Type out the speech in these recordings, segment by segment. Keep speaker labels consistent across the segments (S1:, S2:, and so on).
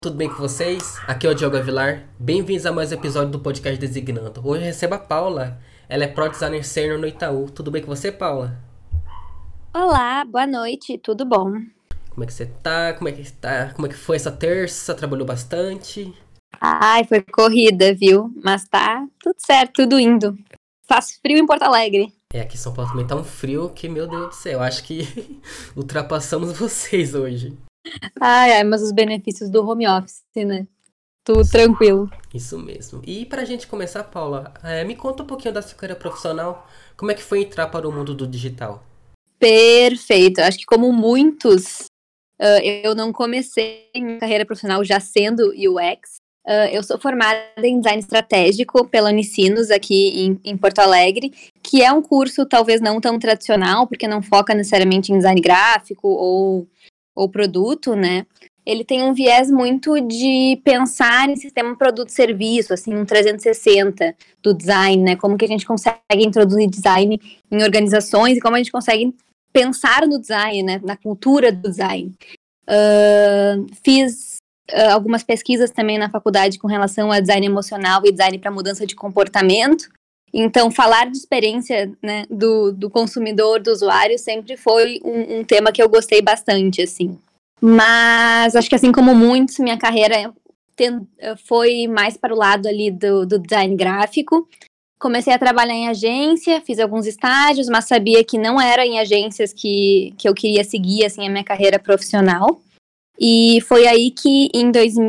S1: Tudo bem com vocês? Aqui é o Diogo Avilar. Bem-vindos a mais um episódio do podcast Designando. Hoje eu recebo a Paula. Ela é Pro Designer Senior no Itaú. Tudo bem com você, Paula?
S2: Olá, boa noite, tudo bom?
S1: Como é que você tá? Como é que tá? Como é que foi essa terça? Trabalhou bastante?
S2: Ai, foi corrida, viu? Mas tá tudo certo, tudo indo. Faz frio em Porto Alegre.
S1: Aqui em São Paulo também tá um frio que, meu Deus do céu, acho que ultrapassamos vocês hoje.
S2: Ai, mas os benefícios do home office, né? Tudo tranquilo.
S1: Isso mesmo. E pra gente começar, Paula, me conta um pouquinho da sua carreira profissional. Como é que foi entrar para o mundo do digital?
S2: Perfeito. Acho que como muitos, eu não comecei minha carreira profissional já sendo UX. Eu sou formada em design estratégico pela Unicinos aqui em Porto Alegre, que é um curso talvez não tão tradicional, porque não foca necessariamente em design gráfico ou produto, né? Ele tem um viés muito de pensar em sistema produto-serviço, assim, um 360 do design, né? Como que a gente consegue introduzir design em organizações e como a gente consegue pensar no design, né? Na cultura do design. Fiz algumas pesquisas também na faculdade com relação a design emocional e design para mudança de comportamento. Então, falar de experiência, né, do consumidor, do usuário, sempre foi um tema que eu gostei bastante, assim. Mas, acho que assim como muitos, minha carreira foi mais para o lado ali do design gráfico. Comecei a trabalhar em agência, fiz alguns estágios, mas sabia que não era em agências que eu queria seguir, assim, a minha carreira profissional. E foi aí que, em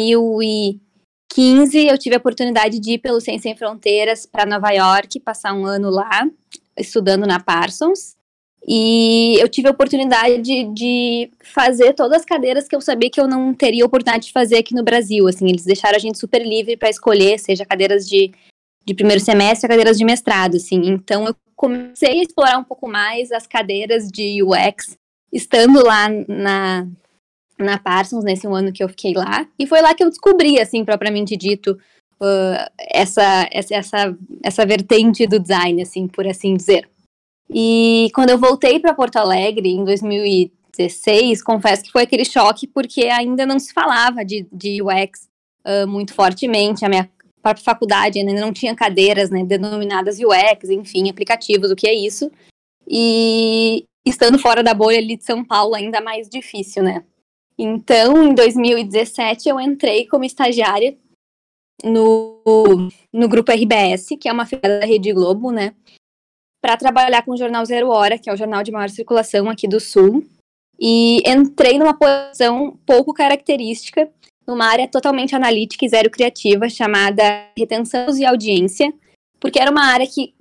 S2: 2015, eu tive a oportunidade de ir pelo Ciência Sem Fronteiras para Nova York, passar um ano lá, estudando na Parsons. E eu tive a oportunidade de fazer todas as cadeiras que eu sabia que eu não teria oportunidade de fazer aqui no Brasil. Assim, eles deixaram a gente super livre para escolher, seja cadeiras de primeiro semestre, cadeiras de mestrado, assim. Então, eu comecei a explorar um pouco mais as cadeiras de UX, estando lá na Parsons, nesse ano que eu fiquei lá. E foi lá que eu descobri, assim, propriamente dito, essa vertente do design, assim, por assim dizer. E quando eu voltei para Porto Alegre, em 2016, confesso que foi aquele choque, porque ainda não se falava de UX muito fortemente. A minha própria faculdade ainda não tinha cadeiras, né, denominadas UX, enfim, aplicativos, o que é isso. E estando fora da bolha ali de São Paulo, ainda mais difícil, né? Então, em 2017, eu entrei como estagiária no Grupo RBS, que é uma filial da Rede Globo, né? Para trabalhar com o Jornal Zero Hora, que é o jornal de maior circulação aqui do Sul. E entrei numa posição pouco característica, numa área totalmente analítica e zero criativa, chamada Retenção e Audiência, porque era uma área que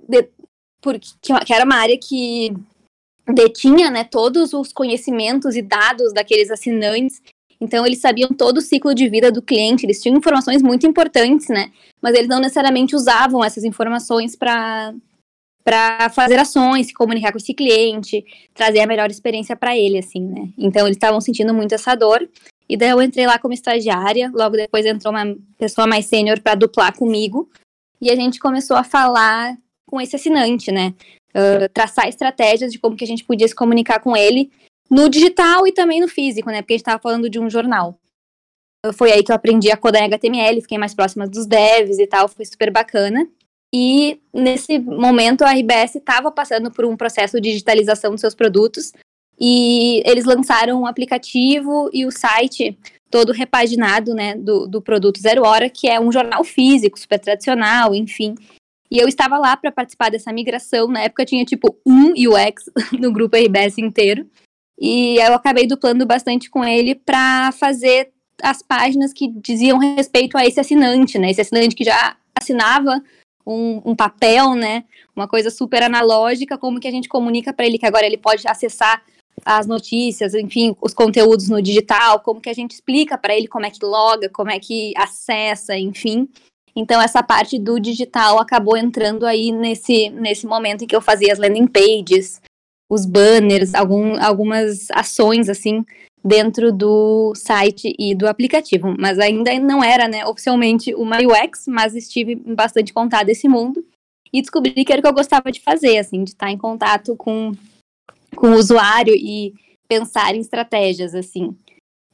S2: detinha, né, todos os conhecimentos e dados daqueles assinantes. Então, eles sabiam todo o ciclo de vida do cliente, eles tinham informações muito importantes, né, mas eles não necessariamente usavam essas informações para fazer ações, se comunicar com esse cliente, trazer a melhor experiência para ele, assim, né. Então, eles estavam sentindo muito essa dor, e daí eu entrei lá como estagiária, logo depois entrou uma pessoa mais sênior para duplar comigo, e a gente começou a falar com esse assinante, né, traçar estratégias de como que a gente podia se comunicar com ele no digital e também no físico, né, porque a gente estava falando de um jornal. Foi aí que eu aprendi a codar em HTML, fiquei mais próxima dos devs e tal, foi super bacana. E nesse momento a RBS estava passando por um processo de digitalização dos seus produtos e eles lançaram um aplicativo e o site todo repaginado, né, do produto Zero Hora, que é um jornal físico, super tradicional, enfim. E eu estava lá para participar dessa migração. Na época tinha tipo um UX no grupo RBS inteiro. E eu acabei duplando bastante com ele para fazer as páginas que diziam respeito a esse assinante, né? Esse assinante que já assinava um papel, né? Uma coisa super analógica, como que a gente comunica para ele que agora ele pode acessar as notícias, enfim, os conteúdos no digital, como que a gente explica para ele como é que loga, como é que acessa, enfim. Então, essa parte do digital acabou entrando aí nesse momento em que eu fazia as landing pages, os banners, algumas ações, assim, dentro do site e do aplicativo. Mas ainda não era, né, oficialmente uma UX, mas estive bastante contato desse mundo e descobri que era o que eu gostava de fazer, assim, de estar em contato com o usuário e pensar em estratégias, assim.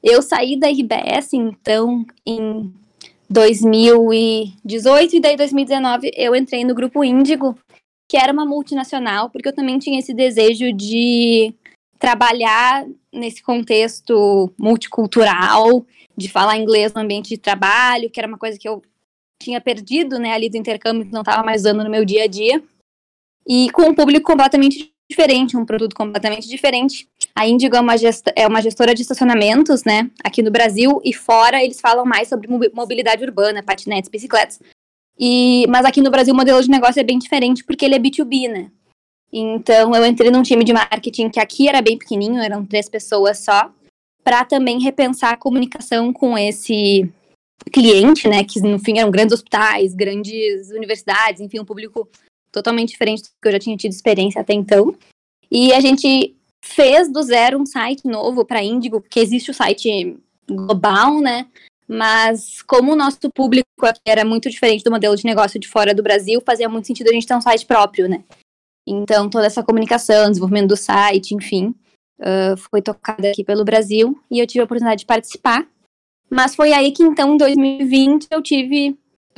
S2: Eu saí da RBS, então, em 2018, e daí 2019 eu entrei no Grupo Índigo, que era uma multinacional, porque eu também tinha esse desejo de trabalhar nesse contexto multicultural, de falar inglês no ambiente de trabalho, que era uma coisa que eu tinha perdido, né, ali do intercâmbio, que não estava mais usando no meu dia a dia, e com um público completamente diferente, um produto completamente diferente. A Índigo é uma gestora de estacionamentos, né, aqui no Brasil, e fora eles falam mais sobre mobilidade urbana, patinetes, bicicletas. Mas aqui no Brasil o modelo de negócio é bem diferente, porque ele é B2B, né. Então eu entrei num time de marketing que aqui era bem pequenininho, eram 3 pessoas só, para também repensar a comunicação com esse cliente, né, que no fim eram grandes hospitais, grandes universidades, enfim, um público totalmente diferente do que eu já tinha tido experiência até então. E a gente fez do zero um site novo para Índigo, porque existe o site global, né, mas como o nosso público aqui era muito diferente do modelo de negócio de fora do Brasil, fazia muito sentido a gente ter um site próprio, né. Então, toda essa comunicação, desenvolvimento do site, enfim, foi tocada aqui pelo Brasil e eu tive a oportunidade de participar. Mas foi aí que, então, em 2020, eu tive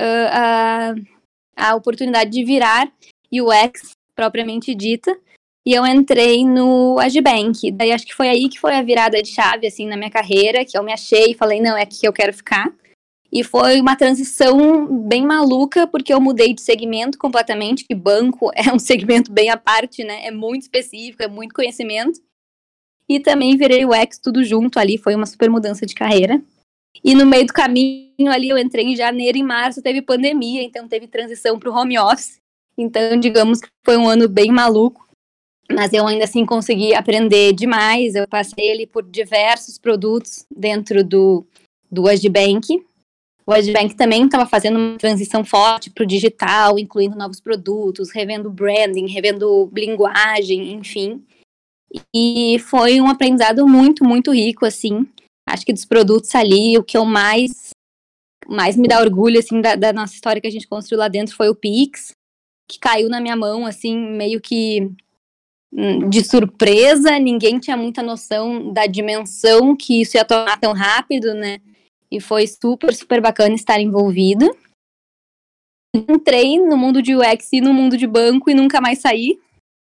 S2: a oportunidade de virar UX, propriamente dita, e eu entrei no Agibank. Daí, acho que foi aí que foi a virada de chave, assim, na minha carreira, que eu me achei e falei, não, é aqui que eu quero ficar. E foi uma transição bem maluca, porque eu mudei de segmento completamente, que banco é um segmento bem à parte, né? É muito específico, é muito conhecimento. E também virei UX tudo junto ali, foi uma super mudança de carreira. E no meio do caminho ali, eu entrei em janeiro, em março, teve pandemia, então teve transição para o home office. Então, digamos que foi um ano bem maluco, mas eu ainda assim consegui aprender demais. Eu passei ali por diversos produtos dentro do Agibank. O Agibank também estava fazendo uma transição forte para o digital, incluindo novos produtos, revendo branding, revendo linguagem, enfim. E foi um aprendizado muito, muito rico, assim. Acho que dos produtos ali, o que eu mais me dá orgulho, assim, da nossa história que a gente construiu lá dentro foi o Pix, que caiu na minha mão, assim, meio que de surpresa. Ninguém tinha muita noção da dimensão que isso ia tornar tão rápido, né? E foi super, super bacana estar envolvida. Entrei no mundo de UX e no mundo de banco e nunca mais saí.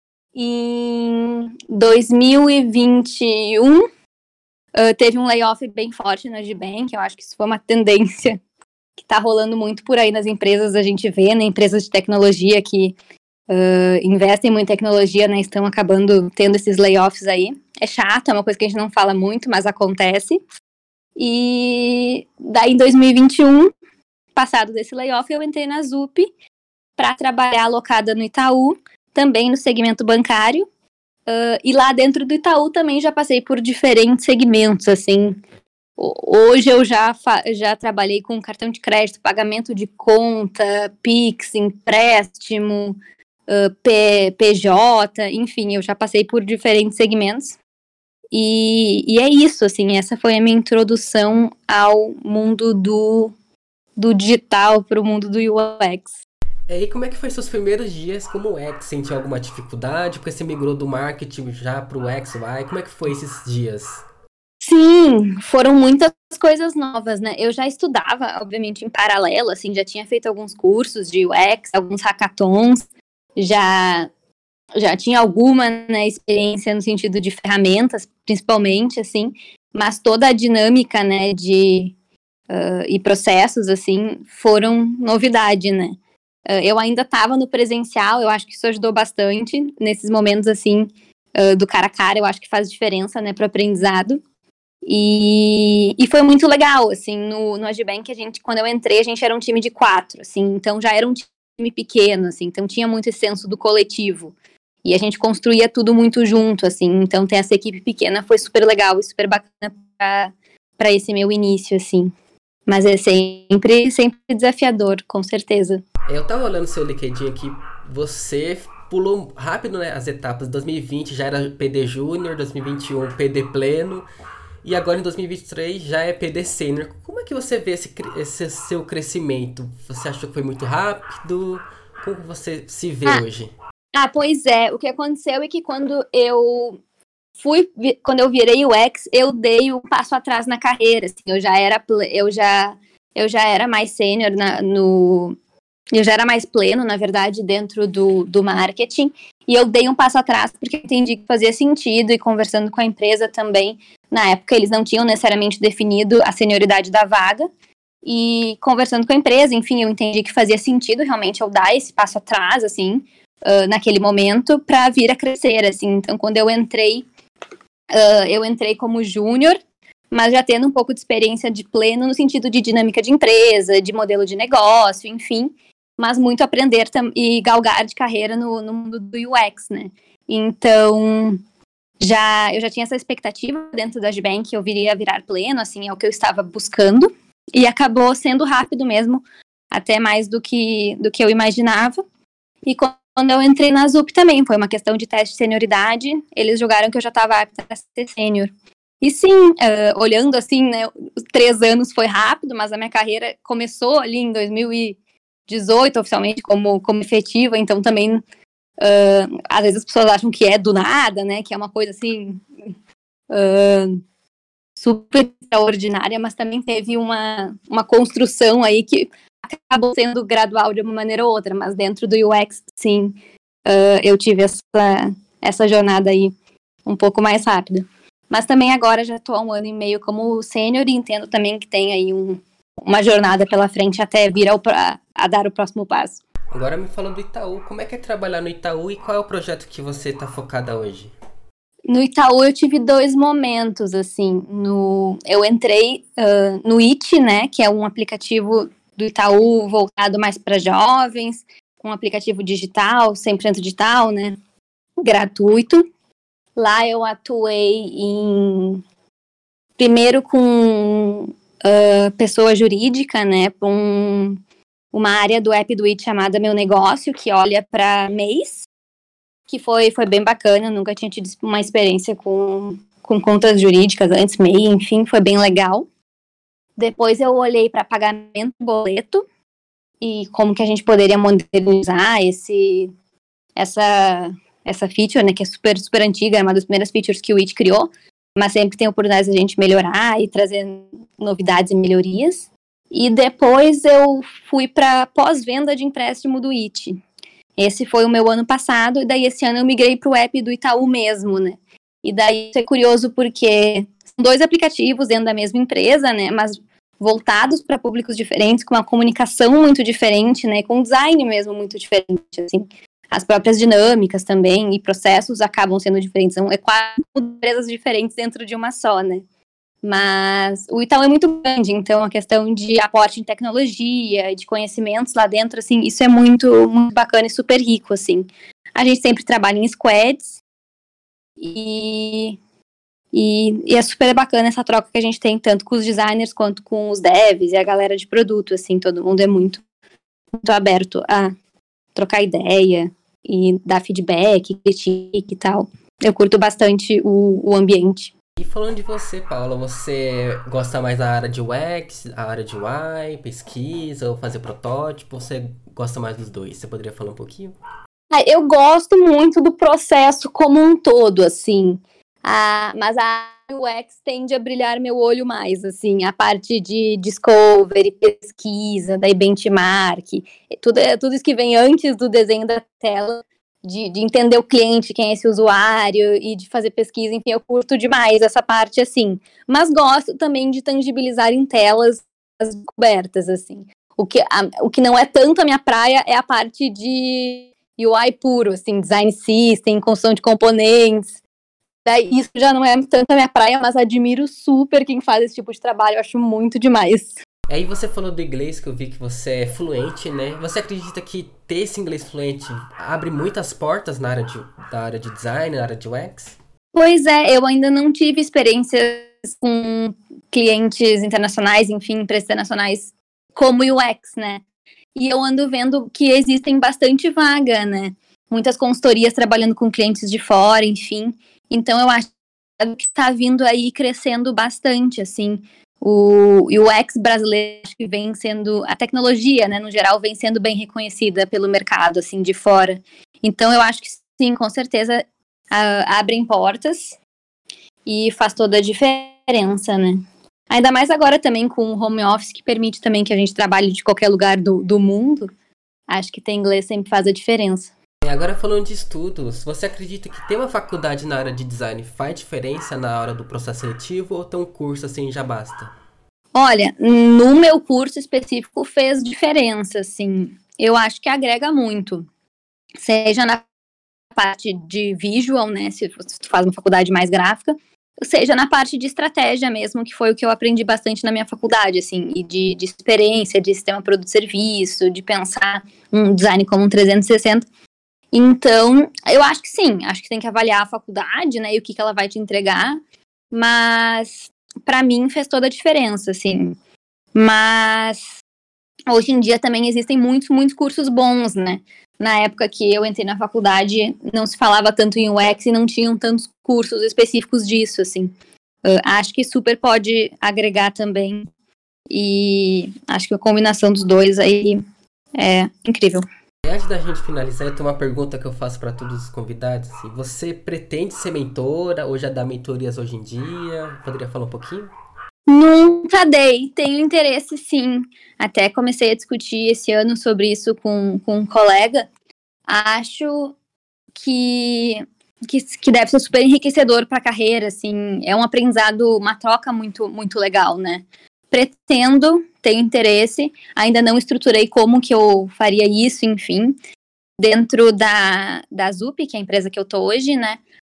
S2: Em 2021, teve um layoff bem forte na Agibank. Eu acho que isso foi uma tendência que está rolando muito por aí nas empresas. A gente vê, né, empresas de tecnologia que investem muito em tecnologia, né, estão acabando tendo esses layoffs aí. É chato, é uma coisa que a gente não fala muito, mas acontece. E daí em 2021, passado desse layoff, eu entrei na Zup para trabalhar alocada no Itaú, também no segmento bancário. E lá dentro do Itaú também já passei por diferentes segmentos, assim. Hoje eu já trabalhei com cartão de crédito, pagamento de conta, Pix, empréstimo, PJ, enfim, eu já passei por diferentes segmentos. E é isso, assim, essa foi a minha introdução ao mundo do digital, para o mundo do UX.
S1: E como é que foi seus primeiros dias como UX? Sentiu alguma dificuldade? Porque você migrou do marketing já para o UX, UI. Como é que foi esses dias?
S2: Sim, foram muitas coisas novas, né? Eu já estudava, obviamente, em paralelo, assim, já tinha feito alguns cursos de UX, alguns hackathons, já tinha alguma, né, experiência no sentido de ferramentas, principalmente, assim, mas toda a dinâmica, né, e processos, assim, foram novidade, né? Eu ainda estava no presencial, eu acho que isso ajudou bastante nesses momentos, assim, do cara a cara. Eu acho que faz diferença, né, para o aprendizado. E foi muito legal, assim, no Agibank, quando eu entrei, a gente era um time de 4, assim, então já era um time pequeno, assim, então tinha muito esse senso do coletivo. E a gente construía tudo muito junto, assim, então ter essa equipe pequena foi super legal e super bacana para esse meu início, assim. Mas é sempre desafiador, com certeza.
S1: Eu tava olhando seu LinkedIn aqui, você pulou rápido, né, as etapas. 2020 já era PD Júnior, 2021 PD Pleno, e agora em 2023 já é PD Sênior. Como é que você vê esse seu crescimento? Você achou que foi muito rápido? Como você se vê hoje?
S2: Pois é. O que aconteceu é que quando eu quando eu virei UX, eu dei um passo atrás na carreira, assim, eu já era mais sênior eu já era mais pleno, na verdade, dentro do marketing, e eu dei um passo atrás porque entendi que fazia sentido, e conversando com a empresa também, na época eles não tinham necessariamente definido a senioridade da vaga, e conversando com a empresa, enfim, eu entendi que fazia sentido realmente eu dar esse passo atrás, assim, naquele momento, para vir a crescer, assim. Então, quando eu entrei como júnior, mas já tendo um pouco de experiência de pleno no sentido de dinâmica de empresa, de modelo de negócio, enfim, mas muito aprender e galgar de carreira no mundo do UX, né? Então, eu já tinha essa expectativa dentro da Gbank que eu viria a virar pleno, assim, é o que eu estava buscando, e acabou sendo rápido mesmo, até mais do que eu imaginava. E quando eu entrei na ZUP também, foi uma questão de teste de senioridade, eles julgaram que eu já estava apta a ser sênior. E sim, olhando assim, né, os 3 anos foi rápido, mas a minha carreira começou ali em 2018, oficialmente, como efetiva, então também, às vezes as pessoas acham que é do nada, né, que é uma coisa assim, super extraordinária, mas também teve uma construção aí que acabou sendo gradual de uma maneira ou outra, mas dentro do UX, sim, eu tive essa jornada aí um pouco mais rápida. Mas também agora já estou há 1 ano e meio como sênior e entendo também que tem aí uma jornada pela frente até vir a dar o próximo passo.
S1: Agora me fala do Itaú. Como é que é trabalhar no Itaú e qual é o projeto que você está focada hoje?
S2: No Itaú eu tive 2 momentos, assim. Eu entrei no It, né, que é um aplicativo do Itaú voltado mais para jovens, um aplicativo digital, 100% digital, né, gratuito. Lá eu atuei primeiro com pessoa jurídica, né, uma área do app do It chamada Meu Negócio, que olha para mês, que foi bem bacana, eu nunca tinha tido uma experiência com contas jurídicas antes, MEI, enfim, foi bem legal. Depois eu olhei para pagamento de boleto e como que a gente poderia modernizar essa feature, né, que é super, super antiga, é uma das primeiras features que o It criou, mas sempre tem oportunidades de a gente melhorar e trazer novidades e melhorias. E depois eu fui para pós-venda de empréstimo do It. Esse foi o meu ano passado, e daí esse ano eu migrei para o app do Itaú mesmo, né? E daí isso é curioso porque são 2 aplicativos dentro da mesma empresa, né? Mas voltados para públicos diferentes, com uma comunicação muito diferente, né? Com um design mesmo muito diferente, assim. As próprias dinâmicas também e processos acabam sendo diferentes. São quase empresas diferentes dentro de uma só, né? Mas o Itaú é muito grande, então a questão de aporte em tecnologia, de conhecimentos lá dentro, assim, isso é muito, muito bacana e super rico, assim. A gente sempre trabalha em squads e é super bacana essa troca que a gente tem, tanto com os designers quanto com os devs e a galera de produto, assim, todo mundo é muito, muito aberto a trocar ideia e dar feedback, critique e tal. Eu curto bastante o ambiente.
S1: E falando de você, Paula, você gosta mais da área de UX, a área de UI, pesquisa ou fazer protótipo? Você gosta mais dos dois? Você poderia falar um pouquinho?
S2: Eu gosto muito do processo como um todo, assim. Mas a UX tende a brilhar meu olho mais, assim. A parte de discovery, pesquisa, daí benchmark, tudo isso que vem antes do desenho da tela, de entender o cliente, quem é esse usuário, e de fazer pesquisa, enfim, eu curto demais essa parte, assim. Mas gosto também de tangibilizar em telas as descobertas, assim. O que não é tanto a minha praia é a parte de UI puro, assim, design system, construção de componentes. Daí isso já não é tanto a minha praia, mas admiro super quem faz esse tipo de trabalho, eu acho muito demais.
S1: Aí você falou do inglês, que eu vi que você é fluente, né? Você acredita que ter esse inglês fluente abre muitas portas da área de design, na área de UX?
S2: Pois é, eu ainda não tive experiências com clientes internacionais, enfim, empresas internacionais como UX, né? E eu ando vendo que existem bastante vaga, né? Muitas consultorias trabalhando com clientes de fora, enfim. Então eu acho que está vindo aí crescendo bastante, assim. O UX brasileiro acho que vem sendo, a tecnologia, né, no geral, vem sendo bem reconhecida pelo mercado, assim, de fora. Então eu acho que sim, com certeza abrem portas. e faz toda a diferença, né? Ainda mais agora também com o home office, que permite também que a gente trabalhe de qualquer lugar do mundo. Acho que ter inglês sempre faz a diferença.
S1: Agora falando de estudos, você acredita que ter uma faculdade na área de design faz diferença na hora do processo seletivo ou ter um curso assim já basta?
S2: Olha, no meu curso específico fez diferença, assim. Eu acho que agrega muito. Seja na parte de visual, né, se tu faz uma faculdade mais gráfica, seja na parte de estratégia mesmo, que foi o que eu aprendi bastante na minha faculdade, assim, e de experiência, de sistema produto-serviço, de pensar um design como um 360. Então, eu acho que sim, acho que tem que avaliar a faculdade, né, e o que ela vai te entregar, mas para mim fez toda a diferença, assim. Mas hoje em dia também existem muitos cursos bons, né? Na época que eu entrei na faculdade, não se falava tanto em UX e não tinham tantos cursos específicos disso, assim. Acho que super pode agregar também. E acho que a combinação dos dois aí é incrível.
S1: Antes da gente finalizar, eu tenho uma pergunta que eu faço para todos os convidados. Assim, você pretende ser mentora ou já dá mentorias hoje em dia? Poderia falar um pouquinho?
S2: Nunca dei, tenho interesse sim. Até comecei a discutir esse ano sobre isso com um colega. Acho que deve ser super enriquecedor para a carreira, assim, é um aprendizado, uma troca muito legal, né? Pretendo, tenho interesse, ainda não estruturei como que eu faria isso, enfim, dentro da ZUP, que é a empresa que eu tô hoje, né?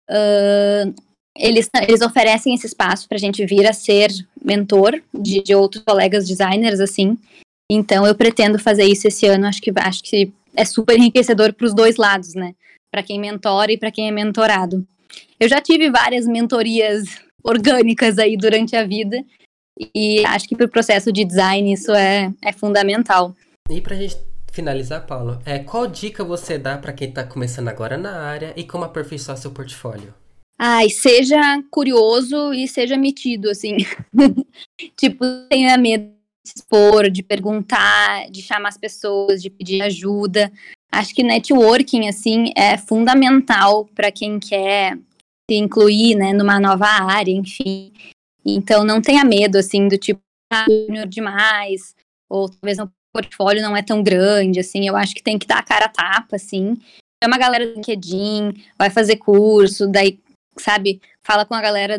S2: Eles oferecem esse espaço para a gente vir a ser mentor de outros colegas designers, assim. Então, eu pretendo fazer isso esse ano. Acho que é super enriquecedor para os dois lados, né? Para quem mentora e para quem é mentorado. Eu já tive várias mentorias orgânicas aí durante a vida e acho que para o processo de design isso é fundamental.
S1: E pra gente finalizar, Paulo, qual dica você dá para quem tá começando agora na área e como aperfeiçoar seu portfólio?
S2: Ai, seja curioso e seja metido, assim. Tipo, tenha medo de se expor, de perguntar, de chamar as pessoas, de pedir ajuda. Acho que networking, assim, é fundamental para quem quer se incluir, né, numa nova área, enfim. Então, não tenha medo, assim, do tipo, júnior demais, ou talvez o portfólio não é tão grande, assim. Eu acho que tem que dar a cara a tapa, assim. Chama a galera do LinkedIn, vai fazer curso, daí, sabe, fala com a galera,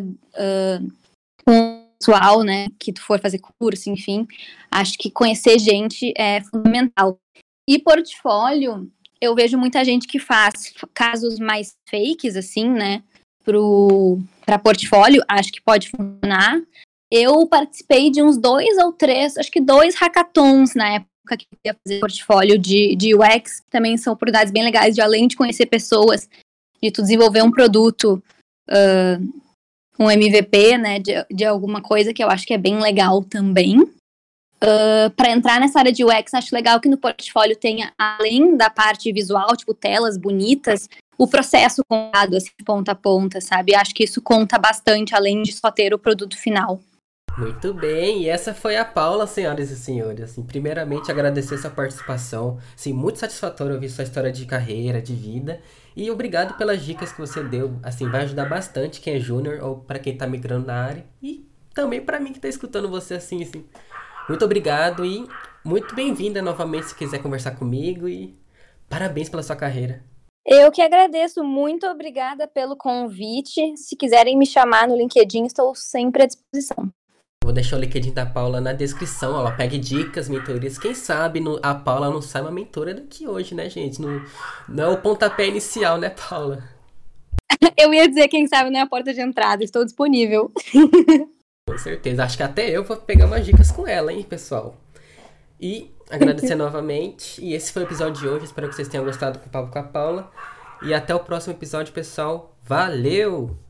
S2: com o pessoal, né, que tu for fazer curso, enfim. Acho que conhecer gente é fundamental. E portfólio, eu vejo muita gente que faz casos mais fakes, assim, né, para portfólio, acho que pode funcionar. Eu participei de uns 2 ou 3, acho que 2 hackathons na época que eu ia fazer portfólio de UX, que também são oportunidades bem legais de, além de conhecer pessoas, de tu desenvolver um produto, um MVP, né, de alguma coisa que eu acho que é bem legal também. Para entrar nessa área de UX, acho legal que no portfólio tenha, além da parte visual, tipo telas bonitas, o processo contado, assim, de ponta a ponta, sabe? Acho que isso conta bastante, além de só ter o produto final.
S1: Muito bem, e essa foi a Paula, senhoras e senhores. Assim, primeiramente, agradecer sua participação. Assim, muito satisfatório ouvir sua história de carreira, de vida. E obrigado pelas dicas que você deu. Assim, vai ajudar bastante quem é júnior ou para quem tá migrando na área. E também para mim que tá escutando você assim. Muito obrigado e muito bem-vinda novamente se quiser conversar comigo. E parabéns pela sua carreira.
S2: Eu que agradeço, muito obrigada pelo convite. Se quiserem me chamar no LinkedIn, estou sempre à disposição.
S1: Vou deixar o LinkedIn da Paula na descrição. Ela pegue dicas, mentorias. Quem sabe a Paula não sai uma mentora daqui hoje, né, gente? Não é o pontapé inicial, né, Paula?
S2: Eu ia dizer, quem sabe não é a porta de entrada. Estou disponível.
S1: Com certeza. Acho que até eu vou pegar umas dicas com ela, hein, pessoal? E agradecer novamente. E esse foi o episódio de hoje. Espero que vocês tenham gostado do papo com a Paula. E até o próximo episódio, pessoal. Valeu!